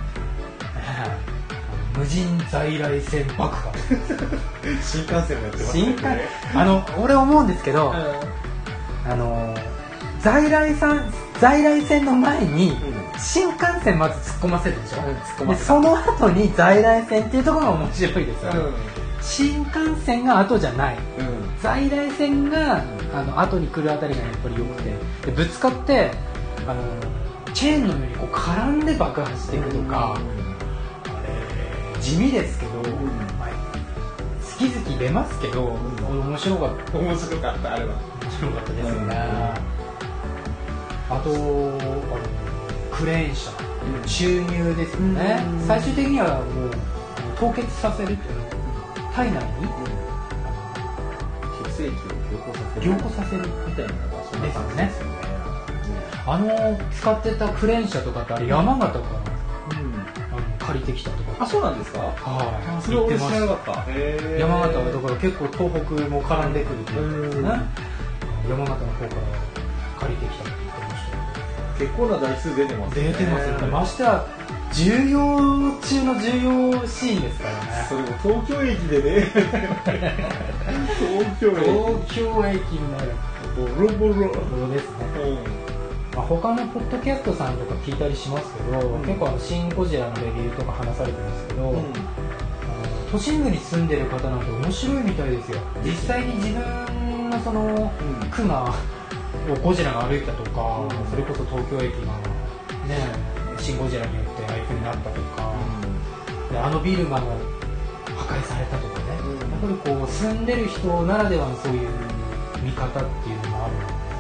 うん、無人在来線爆破新幹線もやってますね。新幹あの俺思うんですけど、うん、あの在来線在来線の前に新幹線まず突っ込ませるでしょ、うん、でその後に在来線っていうところが面白いですよ、うん、新幹線が後じゃない、うん、在来線があの後に来るあたりがやっぱり良くて、でぶつかってあのチェーンの上にこう絡んで爆破していくとか、うん、あれ地味ですけど、うん、好き好き出ますけど、うん、面白かった面白かったあれは面白かったですよね、うん、あとあのクレーン車、うん、注入ですよね、うん、最終的にはもう凍結させるっていうのは体内に、 うん、血液を凝固させる凝固させるみたいなのがそうですよね。あの使ってたクレーン車とかってあれ山形から、うん、あの借りてきたとか。 あ、そうなんですか。 はい。 それ俺知らなかった。 山形はだから結構東北も絡んでくるっていうですね。山形の方から借りてきたって言ってました。 結構な台数出てますね。 出てますよね。ましては重要中の重要シーンですからね。 それも東京駅でね。東京駅。東京駅になる。 ボロボロ。 そうですね。うんまあ、他のポッドキャストさんとか聞いたりしますけど、うん、結構あのシン・ゴジラのレビューとか話されてますけど、うん、あの都心部に住んでる方なんて面白いみたいですよ。実際に自分のその、うん、クマをゴジラが歩いたとか、うん、それこそ東京駅がねシン・ゴジラによってああいう風になったとか、うん、であのビルがも破壊されたとかね、うん、やっぱりこう住んでる人ならではのそういう見方っていうのもあるので。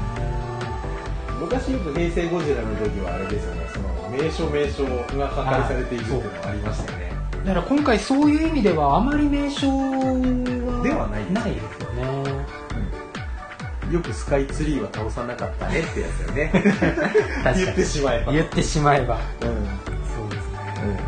昔よく平成ゴジラの時はあれですよね、その名所名所が破壊されているっていうのがありましたよね。 だから今回そういう意味ではあまり名所はではないないですよね、 よくスカイツリーは倒さなかったねってやつよね言ってしまえば言ってしまえば、うん、 そうですね、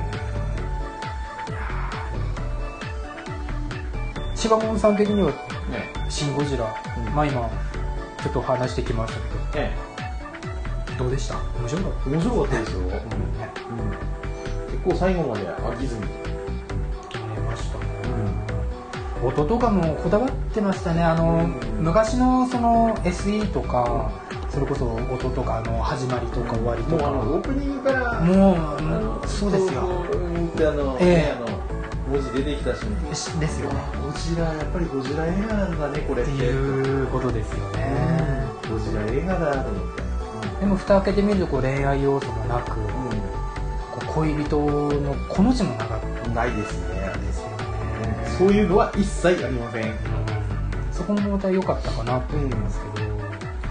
うん、柴門さん的には、ね、シン・ゴジラ、うん、まあ今ちょっと話してきましたけど、ね、どうでした？面白かった？ 面白かったですよ、うんねうん、結構最後まで飽きずに決めましたね、うん、音とかもこだわってましたね。あの、うん、昔のその エスイー とか、うん、それこそ音とかあの始まりとか終わりとか、 もうあのオープニングからもう、あのそうですよ、 ってあの、えー、あの文字出てきたしですよね。 ゴジラ、やっぱりゴジラ映画なんだねこれってっていうことですよね、 うん、ゴジラ映画だと思って、 うん、でも蓋開けてみるとこう恋愛要素もなく、うん、こう恋人のこの字もなかったないですね。 ですよね、 うん、そういうのは一切ありません、うん、 そこもまた良かったかなと思いますけど、うん、いや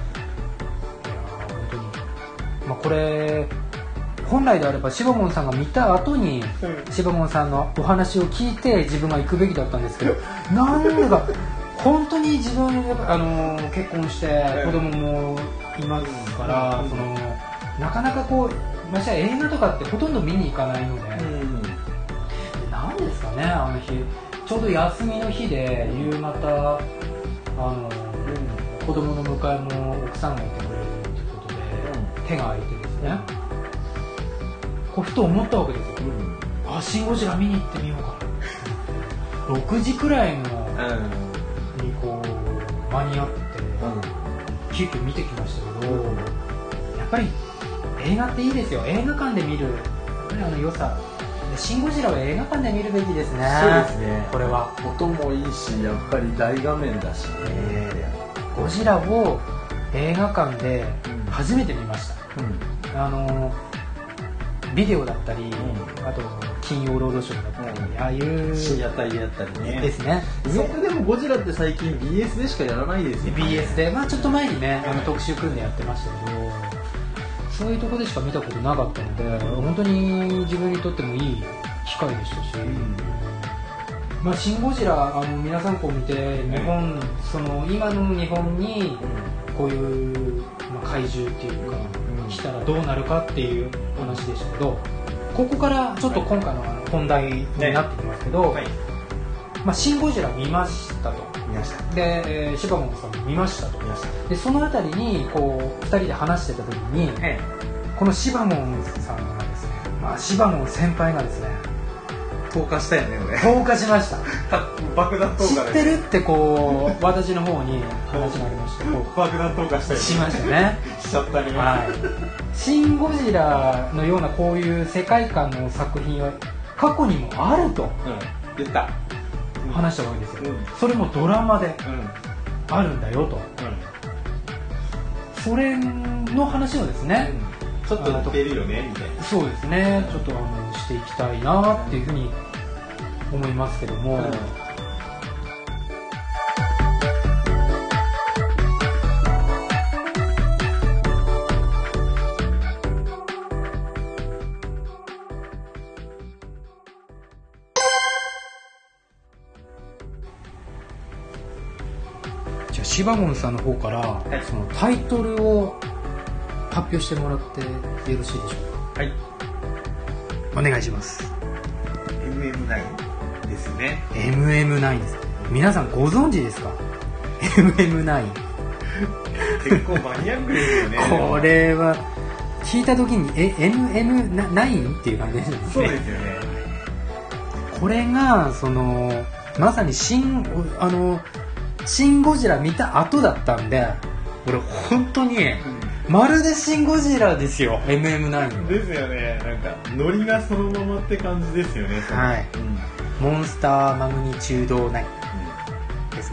本当に、まあ、これ本来であれば柴門さんが見た後に、うん、柴門さんのお話を聞いて自分が行くべきだったんですけどなんでか本当に自分あの結婚して子供もいますから、うん、そのなかなかこうましてや映画とかってほとんど見に行かないので、うん、なんですかねあの日ちょうど休みの日で夕方あの、うん、子供の迎えも奥さんがいてくれるということで、うん、手が空いてですね、こうふと思ったわけですよ、うん、あ、シン・ゴジラ見に行ってみようかろくじくらいの、うん、にこう間に合って、うん、急遽見てきましたけど、うん、やっぱり映画っていいですよ。映画館で見るやっぱりあの良さで、シン・ゴジラは映画館で見るべきですね。 そうですね、 これは音もいいしやっぱり大画面だしね、 ゴジラを映画館で初めて見ました、うん、あのビデオだったり、うん、あと金曜ロードショーだったり、うん、ああいう深夜帯でやったりねですね。 そこでもゴジラって最近 ビーエス でしかやらないですよね。 ビーエス で、まあ、ちょっと前にねあの特集組んでやってましたけど、そういうところでしか見たことなかったので、うん、本当に自分にとってもいい機会でしたし、うんまあ、シン・ゴジラあの皆さんこう見て日本、うん、その今の日本にこういう、まあ、怪獣っていうか、うん、来たらどうなるかっていう話でしたけど、ここからちょっと今回の本題になってきますけど、はいはいまあ、シン・ゴジラ見ましたと。 見ました。 で、柴門さんも見ましたと。見ました。で、そのあたりにこうふたりで話してた時に、はい、この柴門さんがですね、まあ、柴門先輩がですね投下したよね俺。 投下しました爆弾投下で、ね、 知ってるってこう私の方に話がありましてこう爆弾投下したよね。 しましたねしちゃったね、 はい、シン・ゴジラのようなこういう世界観の作品は過去にもあると、うん、 言った話したわけですよ、うん、それもドラマであるんだよと、うん、それの話をですね、 うん、ちょっと似てるよねみたいな。 そうですね、ちょっとあのしていきたいなっていうふうに思いますけども、うん、じゃあ柴門さんの方から、はい、そのタイトルを発表してもらってよろしいでしょうか。はい、お願いします。 エムエムナイン ですね。 エムエムナイン です。皆さんご存知ですか？ エムエムナイン結構マニアックですよねこれは聞いた時にえ エムエムナイン っていう感じですね。 そうですよね。 これがそのまさにシンあのシン・ゴジラ見た後だったんで、俺本当に、うん、まるでシン・ゴジラですよ エムエムナインですよね。なんかノリがそのままって感じですよね。 はい、うん、モンスターマグニチュードナイン、うん、ですね。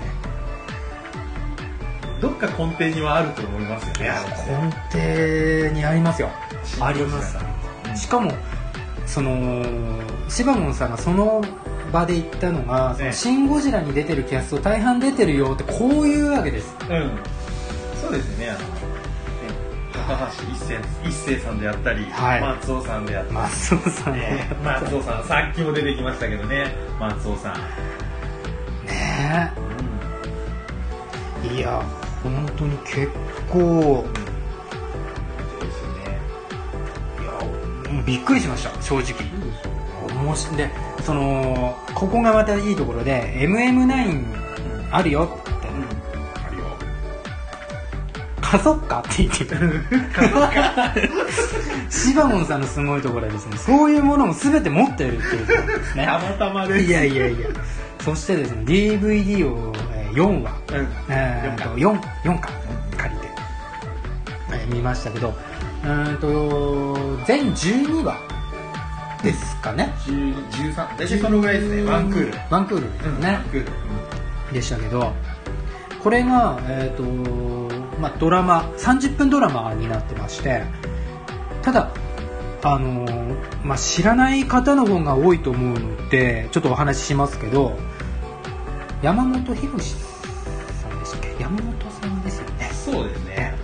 どっか根底にはあると思いますよね。いや根底にありますよ。あります、うん、しかもその柴門さんがその場で言ったのが、ね、そのシン・ゴジラに出てるキャスト大半出てるよってこういうわけです。 うん、そうですね。あのね高橋一生一生さんであったり、はい、松尾さんであったり、 松尾さん、 ね、松尾さんさっきも出てきましたけどね、松尾さんねえ、うん、いや本当に結構ですよね。 いやびっくりしました正直。面白いでそのここがまたいいところで エムエムナイン あるよって、うん、 あるよ貸そっかって言って貸そっかシバゴンさんのすごいところはですね、そういうものも全て持っているっていうことですね。 たまたまです。 いやいやいや。そしてですね ディーブイディー をよんわ、うんえー、よん, よんか借りて、えー、見ましたけど、うんと全じゅうにわですかね。 じゅうさん大体そのぐらいですね。ワンクールワンクールですね、うん、ワンクール、うん、でしたけど、これが、えーとまあ、ドラマさんじゅっぷんドラマになってまして、ただあのーまあ、知らない方の方が多いと思うのでちょっとお話ししますけど、山本博さんでしたっけ。山本さんですよね。 そうですね。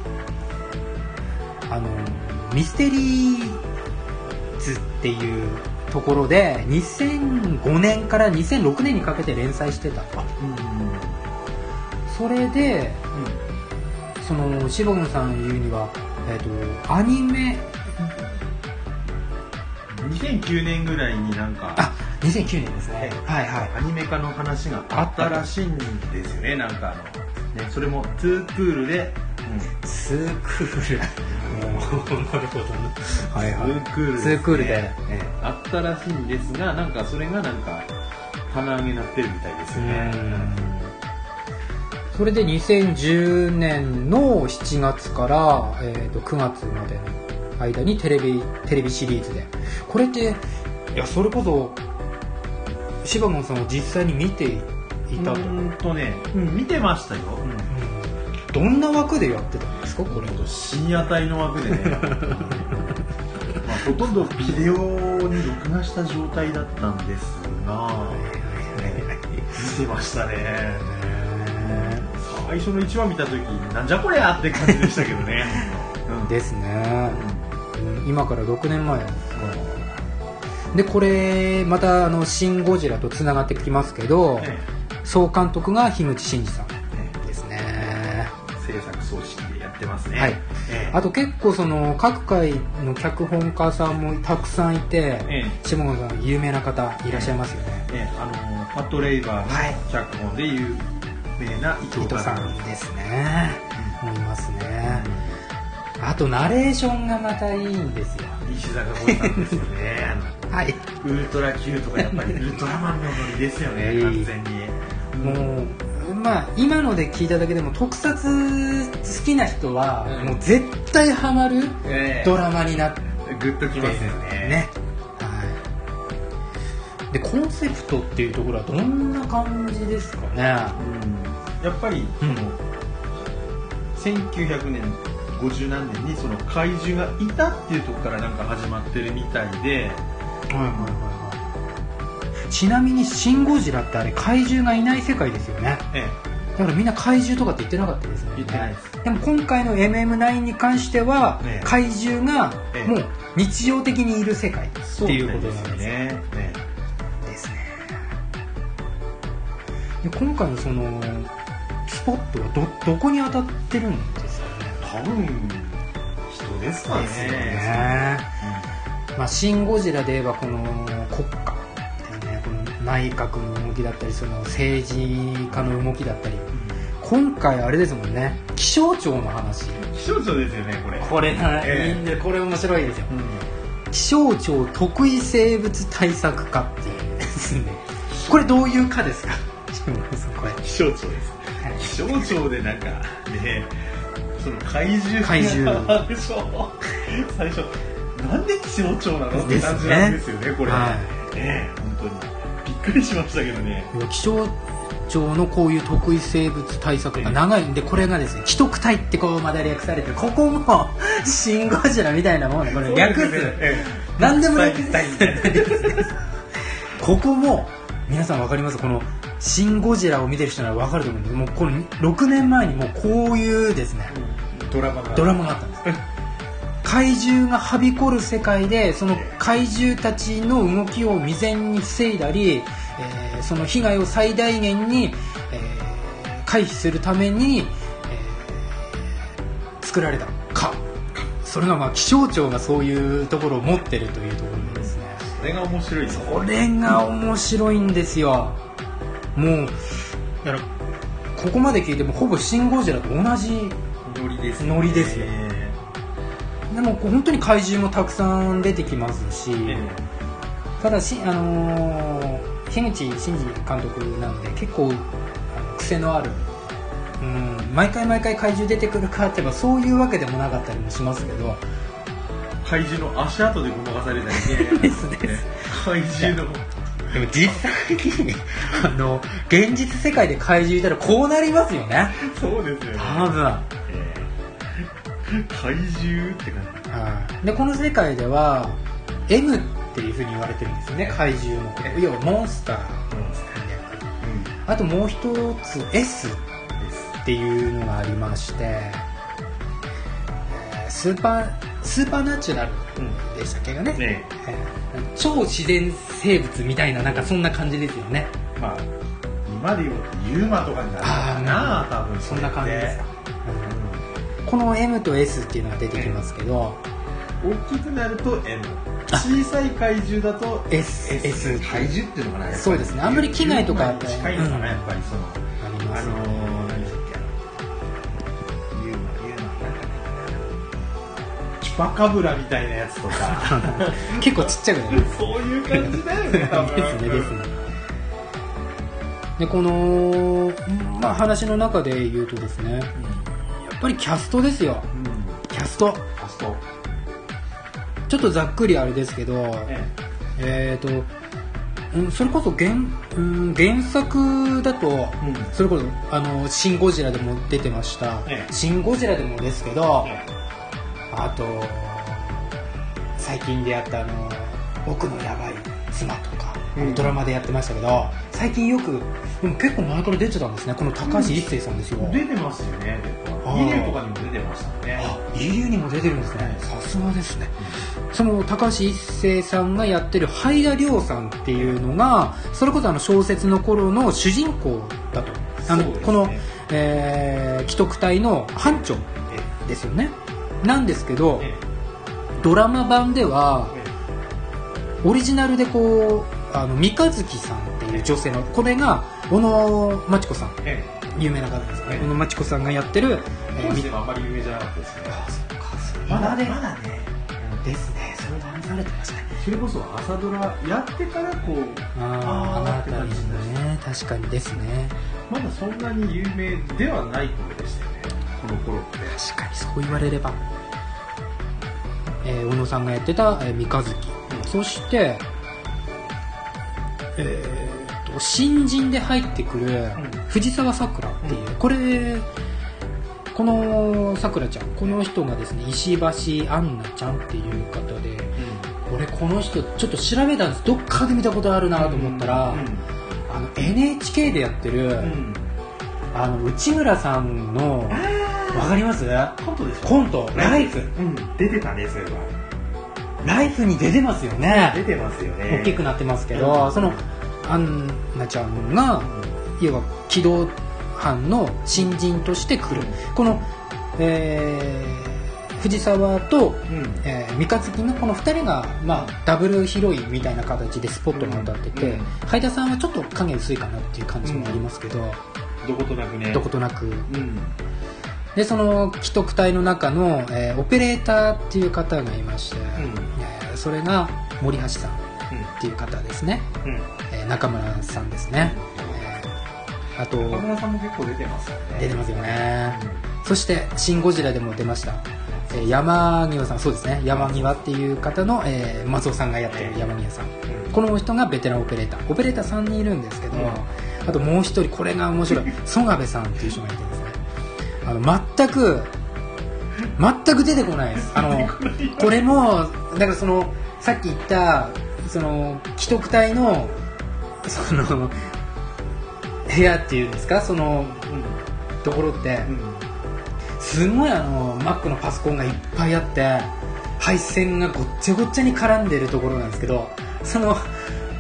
あのミステリーズっていうところでにせんごねんからにせんろくねんにかけて連載してた、うんうん、それで、うん、そのシボンさん言うには、えーと、アニメにせんきゅうねんぐらいになんかあにせんきゅうねんですね、はいはい、 アニメ化の話があったらしいんですよね。なんかあの、ね、それもツークールで、 うん、ツークールなるほどね、はいはい、 ツークールですね、 ツークールで、 ええ、あったらしいんですが、なんかそれがなんか棚上げになってるみたいですよね。 それでにせんじゅうねんのしちがつから、えー、とくがつまでの間にテレビテレビシリーズで、これっていやそれこそシバゴンさんを実際に見ていたと。 うんとね、うん、見てましたよ、うんうん、どんな枠でやってたんですかこれ。 深夜帯の枠でねまあ、ほとんどビデオに録画した状態だったんですが見てましたね。最初のいちわ見た時なんじゃこりゃって感じでしたけどねうん、ですね、うん、今からろくねんまえですか。でこれまたあのシン・ゴジラとつながってきますけど、ええ、総監督が樋口真嗣さんですね、ええ、制作総指揮でやってますね、 はいええ、 あと結構その各界の脚本家さんもたくさんいて、ええ、下野さん有名な方いらっしゃいますよね、 ええ、あのパット・レイバーの脚本で有名な伊藤さんですね、うん、いますね、うん、あとナレーションがまたいいんですよ。 石坂浩さんですよねはい、 ウルトラ Q とかやっぱりウルトラマンのノリですよね、完全に。 もうまあ今ので聞いただけでも特撮好きな人はもう絶対ハマるドラマになって、 えー、グッときますよね。 ね、はい、でコンセプトっていうところはどんな感じですかね。うん、 やっぱりその、うん、せんきゅうひゃくねんごじゅうなんねんにその怪獣がいたっていうところからなんか始まってるみたいで、はいはいはいはい、ちなみにシン・ゴジラってあれ怪獣がいない世界ですよね、ええ、だからみんな怪獣とかって言ってなかったですね。 言ってないです。 でも今回の エムエムナイン に関しては、ええ、怪獣がもう日常的にいる世界っていうことなんですよね。ええ、ですね。で今回のそのスポットは ど, どこに当たってるんですかね。 多分人ですかね。 ですよね。うん、まあ、シン・ゴジラで言えばこの国家、ね、この内閣の動きだったりその政治家の動きだったり、うん、今回あれですもんね、気象庁の話。 気象庁ですよねこれ。 これがいいんで、えー、これ面白いですよ、うん、気象庁特異生物対策課っていうですね。これどういう課ですか。 これ気象庁です。気象庁でなんかね、その怪獣怪獣でしょ最初なんで気象庁なのって感じなんですよねこれ、はい、ね、本当にびっくりしましたけどね。 気象庁のこういう特異生物対策が長いんで、これがですね既得体ってこうまだ略されてる、ここもシン・ゴジラみたいなもんね、これ略す、ね、何でも略すここも皆さん分かります。このシン・ゴジラを見てる人なら分かると思うんですけど、もうこのろくねんまえにもうこういうですね、 うん、ドラマがドラマがあったんです怪獣がはびこる世界でその怪獣たちの動きを未然に防いだり、えー、その被害を最大限に、えー、回避するために、え作られたか、それがまあ気象庁がそういうところを持ってるというところですね。 それが面白いですね。 それが面白いんですよ。もうだからここまで聞いてもほぼシン・ゴジラと同じノリです、 ね、ノリですよ。でも本当に怪獣もたくさん出てきますし、えー、ただし、あのー、樋口真嗣監督なので結構癖のある、うん、毎回毎回怪獣出てくるかって言えばそういうわけでもなかったりもしますけど、 怪獣の足跡でごまかされたりねですです怪獣のでも実際にあの現実世界で怪獣いたらこうなりますよね。 そうですよね多分、 えー、怪獣って感じ、 はあ、でこの世界では エム っていう風に言われてるんですよね、怪獣のこと。要はモンスターの略、うん、あともう一つ エス っていうのがありまして、えー、スーパースーパーナチュラルでしたっけがね、うんねえー、超自然生物みたいな、なんかそんな感じですよね。 まあ今で言うとユーマとかになるのかな、多分そんな感じですか、うん、この エム と エス っていうのが出てきますけど、 大きくなると エム、 小さい怪獣だとエス、 エス怪獣っていうのかな、 そうですね、あんまり危害とか近いのかな、うん、やっぱりそのありますね。 あのー、何でしたっけ、ユーマユーマチュパカブラみたいなやつとか結構ちっちゃくなるそういう感じだよね多分ですねですね。でこの、まあ、話の中で言うとですね、うん、やっぱりキャストですよ、うん、キャストキャストちょっとざっくりあれですけど、えええー、と、うん、それこそ 原,、うん、原作だと、うん、それこそあのシン・ゴジラでも出てました、ええ、シン・ゴジラでもですけど、ええ、あと最近でやったあの僕のやばい妻とか、うん、ドラマでやってましたけど、最近よくでも結構前から出てたんですね、この高橋一生さんですよ、 うん、出てますよね。イリュウとかにも出てましたね。 あ、イリュウにも出てるんですね、さすがですね、うん、その高橋一生さんがやってる灰田涼さんっていうのがそれこそあの小説の頃の主人公だと、あの、ね、この、えー、奇特隊の班長ですよね。なんですけど、ドラマ版ではオリジナルでこうあの三日月さんっていう女性の、これが小野真知子さん、有名な方ですね、小野真知子さんがやってる、 当時ではあんまり有名じゃなかったですね。 あ、そっか、 まだね、まだねですね、それを試されてましたね。 それこそ朝ドラやってからこう、 ああ、あったりですね、確かにですね。 まだそんなに有名ではない頃でしたよね、この頃って。 確かにそう言われれば、えー、小野さんがやってた、えー、三日月、うん、そして、えー、と新人で入ってくる藤沢さくらっていう、うん、これこのさくらちゃん、この人がですね石橋杏奈ちゃんっていう方で、うん、俺この人ちょっと調べたんです、どっかで見たことあるなと思ったら、うんうん、あの エヌエイチケー でやってる、うん、あの内村さんのわかります？ コントですか？ コント、ライフ、 うん、出てたね、そういえば。 ライフに出てますよね。 出てますよね。 大きくなってますけど、うん、そのアンナちゃんが、うん、要は機動班の新人として来る。うん、この、えー、藤沢と、うんえー、三日月のこのふたりが、まあ、ダブルヒロインみたいな形でスポットが当たってて、灰田、うん、さんはちょっと影薄いかなっていう感じもありますけど、 どことなくね。 どことなく。うんでその奇特隊の中の、えー、オペレーターっていう方がいまして、うんえー、それが森橋さんっていう方ですね、うんえー、中村さんですね、うんえー、あと中村さんも結構出てますよね。 出てますよね、うん、そしてシン・ゴジラでも出ました、えー、山際さん、そうですね、山際っていう方の、えー、松尾さんがやってる山際さん、うん、この人がベテランオペレーターオペレーターさんにんいるんですけど、うん、あともう一人これが面白い曽我部さんっていう人がいてですね、あの全く全く出てこないです。あのこれもだからそのさっき言ったその奇特隊のその部屋っていうんですか、その、うん、ところって、うん、すごいあの Mac のパソコンがいっぱいあって配線がごっちゃごっちゃに絡んでるところなんですけど、その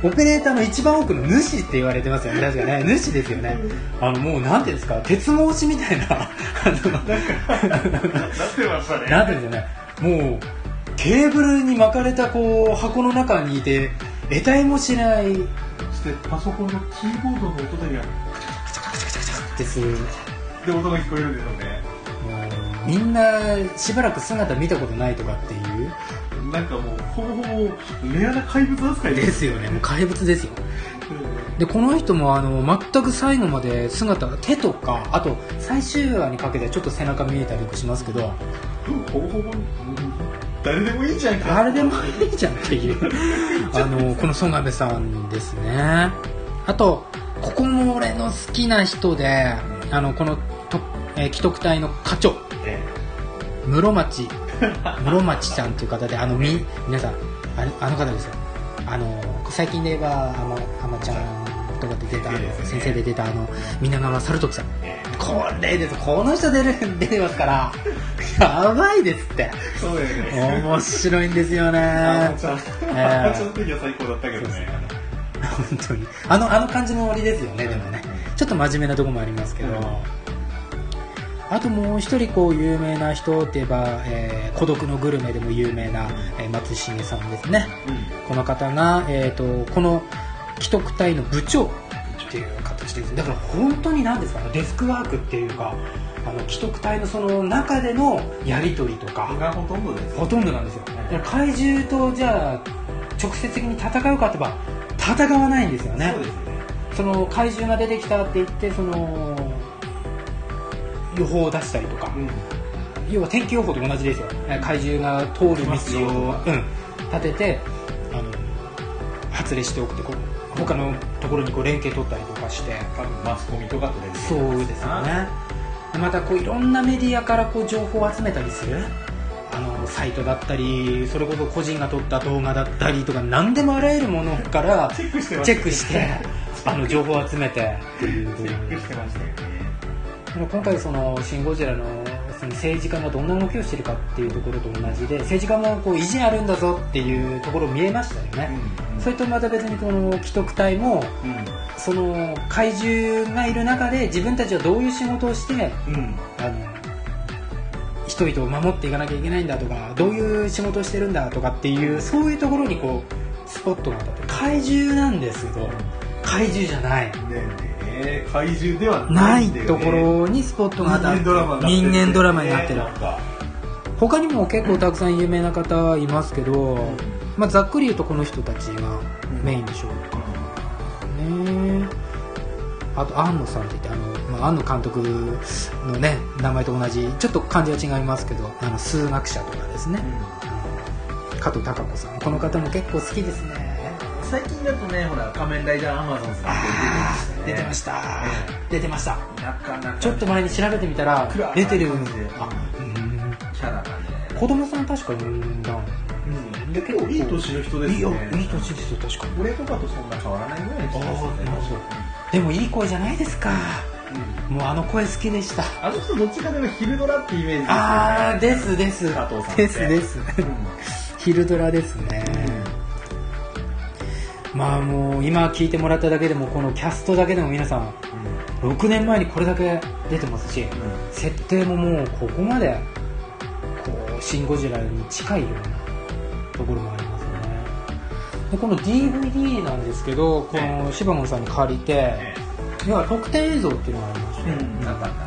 オペレーターの一番奥の主って言われてますよね。確かね、主ですよね。あのもうなんていうんですか、鉄格子みたいなあのなんかなってましたね。 なってるんですよね。もうケーブルに巻かれたこう箱の中にいて得体もしない。 そしてパソコンのキーボードの音だけがカチャカチャカチャカチャカチャってする。 で音が聞こえるんですよね。 もうみんなしばらく姿見たことないとかっていう。 なんかもうほぼほぼレアな怪物扱いですよね。もう怪物ですよ。でこの人もあの全く最後まで姿が手とかあと最終話にかけてちょっと背中見えたりしますけど、 ほぼほぼ誰でもいいじゃんか。 誰でもいいじゃんっていうあのこの曽我部さんですね。あとここも俺の好きな人で、あのこのと、えー、既得隊の課長、ええ、室町室町さんという方で、あのみ皆さん あ, あの方ですよ。あの最近で言えばあまあまちゃんとかで出た、ね、先生で出たあの皆川猿時さん、ええ、これです。この人出る出てますからやばいですって。 そうですね。 面白いんですよね。あまちゃん、あまちゃんの時は最高だったけどね。 本当にあのあの感じのノリですよね。でもね、ちょっと真面目なところもありますけど、うん、あともう一人こう有名な人って言えば、えー、孤独のグルメでも有名な、えー、松重さんですね、うん、この方が、えー、とこの既得隊の部長っていう形です。だから本当に何ですかね、デスクワークっていうか、あの既得隊のその中でのやり取りとかがほとんどです、ね、 ほとんどなんですよ。だから怪獣とじゃあ直接的に戦うかって言えば戦わないんですよね。 そうですね。 その怪獣が出てきたって言ってその予報を出したりとか、うん、要は天気予報と同じですよ。怪獣が通る道を、うん、立ててあの発令しておくってこう他のところにこう連携取ったりとかして、 多分マスコミとかと連携、そうですよね。またこういろんなメディアからこう情報を集めたりするあのサイトだったり、それこそ個人が撮った動画だったりとか何でもあらゆるものからチェックしてまチェックしてあの情報を集めてチェックしてましたよね。 今回そのシン・ゴジラのその政治家がどんな動きをしているかっていうところと同じで、政治家もこう意地あるんだぞっていうところ見えましたよね、うんうん、それとまた別にこの既得隊も、うん、その怪獣がいる中で自分たちはどういう仕事をして、うん、あの人々を守っていかなきゃいけないんだとか、どういう仕事をしてるんだとかっていう、そういうところにこうスポットが当たって、怪獣なんですけど怪獣じゃない、ねえー、怪獣ではないところにスポットが当たって人間ドラマになってる。他にも結構たくさん有名な方いますけど、うん、まあ、ざっくり言うとこの人たちがメインでしょうか、うん、ね。あと庵野さんって言ってあの、まあ、庵野監督のね名前と同じちょっと漢字は違いますけど、あの数学者とかですね、うん、加藤貴子さん、この方も結構好きですね。 最近だとね、ほら仮面ライダーアマゾンさん出てましたね。出てました、 ええ、なかなかちょっと前に調べてみたら出てる。 あ、うん、キャラがね、 子供さん確かに産んだ、 うん、結構いい年の人ですね。いい, いい年ですよ。確かに俺とかとそんな変わらないぐらいの人ですね。 でもいい声じゃないですか、うん、もうあの声好きでした。 あの人どっちかというと昼ドラってイメージですよね。 ああ、ですです加藤さんってですです、うん、昼ドラですね、うん、まあもう今聞いてもらっただけでもこのキャストだけでも皆さん、うん、ろくねんまえにこれだけ出てますし、うん、設定ももうここまでこうシン・ゴジラに近いようなところもありますね。でこの ディーブイディー なんですけど、このシバモンさんに借りて、要は特典映像っていうのがありまして、うん、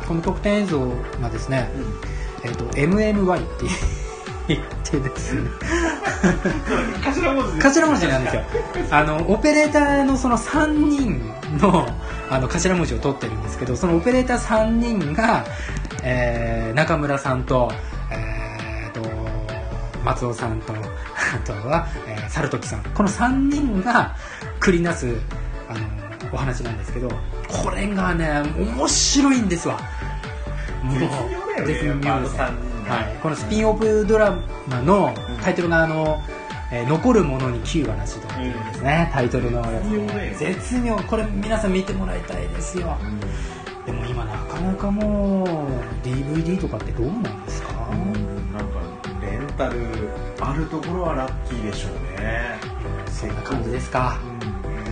この特典映像がですね、うん、えーと、エムエムワイ って言ってですね頭文字頭文字なんですよ。あのオペレーターのそのさんにんの、あの頭文字を取ってるんですけど、そのオペレーターさんにんが、えー、中村さんと、えー、と松尾さんとあとは、えー、猿時さん、このさんにんが繰りなすあのお話なんですけど、これがね面白いんですわ。 もう絶妙だよね、 ですね。はい、このスピンオフドラマのタイトルがあの、えー、残るものにキューがなしというですね、うん、タイトルのやつ、ね、絶妙。これ皆さん見てもらいたいですよ、うん、でも今なかなかもう ディーブイディー とかってどうなんですか、うん、 なんかレンタルあるところはラッキーでしょうね、 うん、そんな感じですか、 うん、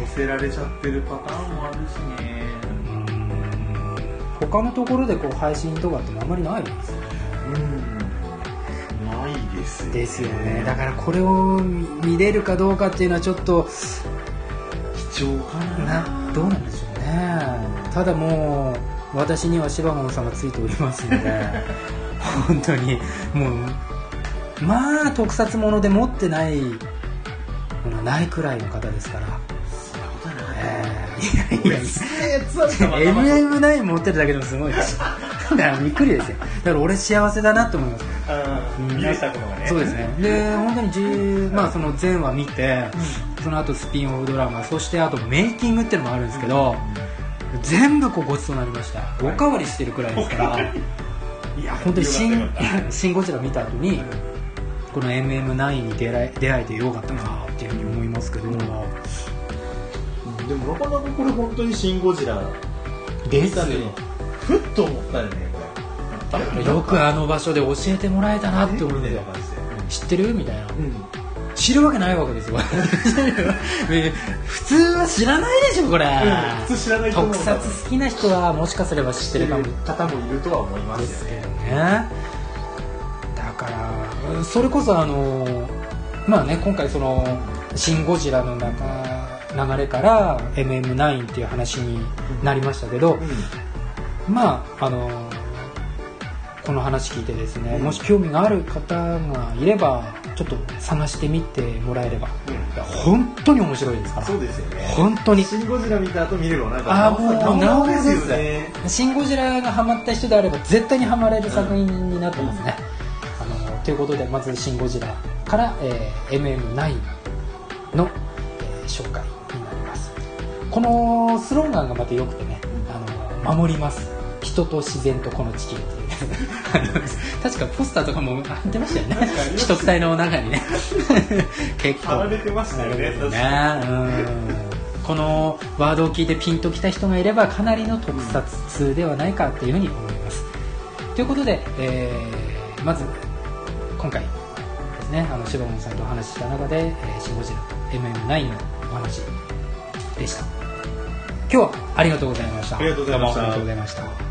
せられちゃってるパターンもあるしね。 うーん、他のところでこう配信とかってあんまりないですよね。 うん、ないですよね。 ですよね。だからこれを見れるかどうかっていうのはちょっと貴重かな。 な、どうなんでしょうね。ただもう私には柴門さんがついておりますので本当にもうまあ特撮もので持ってないものはないくらいの方ですから。 そんなことない。 えー、いやいやいや エムエムナイン 持ってるだけでもすごいですだからびっくりですよ。だから俺幸せだなと思います。 見れたことがね。 そうですね。で本当にじゅう、まあ、その全話見て、うん、その後スピンオフドラマ、そしてあとメイキングっていうのもあるんですけど、うん、全部こうごちそうになりました。おかわりしてるくらいですから、いや本当にシンシンゴジラ見た後にこの エムエムナイン に出会え、出会えてよかったなっていうふうに思いますけど、うん、 でもなかなかこれ本当にシンゴジラですよ。 ふっと思ったよね。 よくあの場所で教えてもらえたなって思うんですよ。知ってるみたいな、うん、知るわけないわけですよ普通は知らないでしょこれ、うん、 普通知らないと思う。 特撮好きな人はもしかすれば知ってるかも方もいるとは思いますですけどね。だからそれこそあのまあね、今回そのシン・ゴジラの中流れから エムエムナイン っていう話になりましたけど、うんうん、まああのこの話聞いてですね、うん、もし興味がある方がいればちょっと探してみてもらえれば、うん、いや本当に面白いですから。 そうですよね。 本当にシン・ゴジラ見た後見ればなんかあもうなおですよね。シン・ゴジラがハマった人であれば絶対にハマれる作品になってますね、うん、あのということでまずシン・ゴジラから、えー、エムエムナイン の、えー、紹介になります。このスローガンがまた良くてね、あの守ります人と自然とこの地球っていう確かポスターとかも貼ってましたよね一つ体の中にね結構貼られてましたよね。確かに、 うん、このワードを聞いてピンときた人がいればかなりの特撮通ではないかというふうに思います。ということで、えー、まず今回ですね、あの柴門さんとお話しした中で、えー、シン・ゴジラ エムエムナイン のお話でした。今日はありがとうございました。 ありがとうございました。 どうもありがとうございました。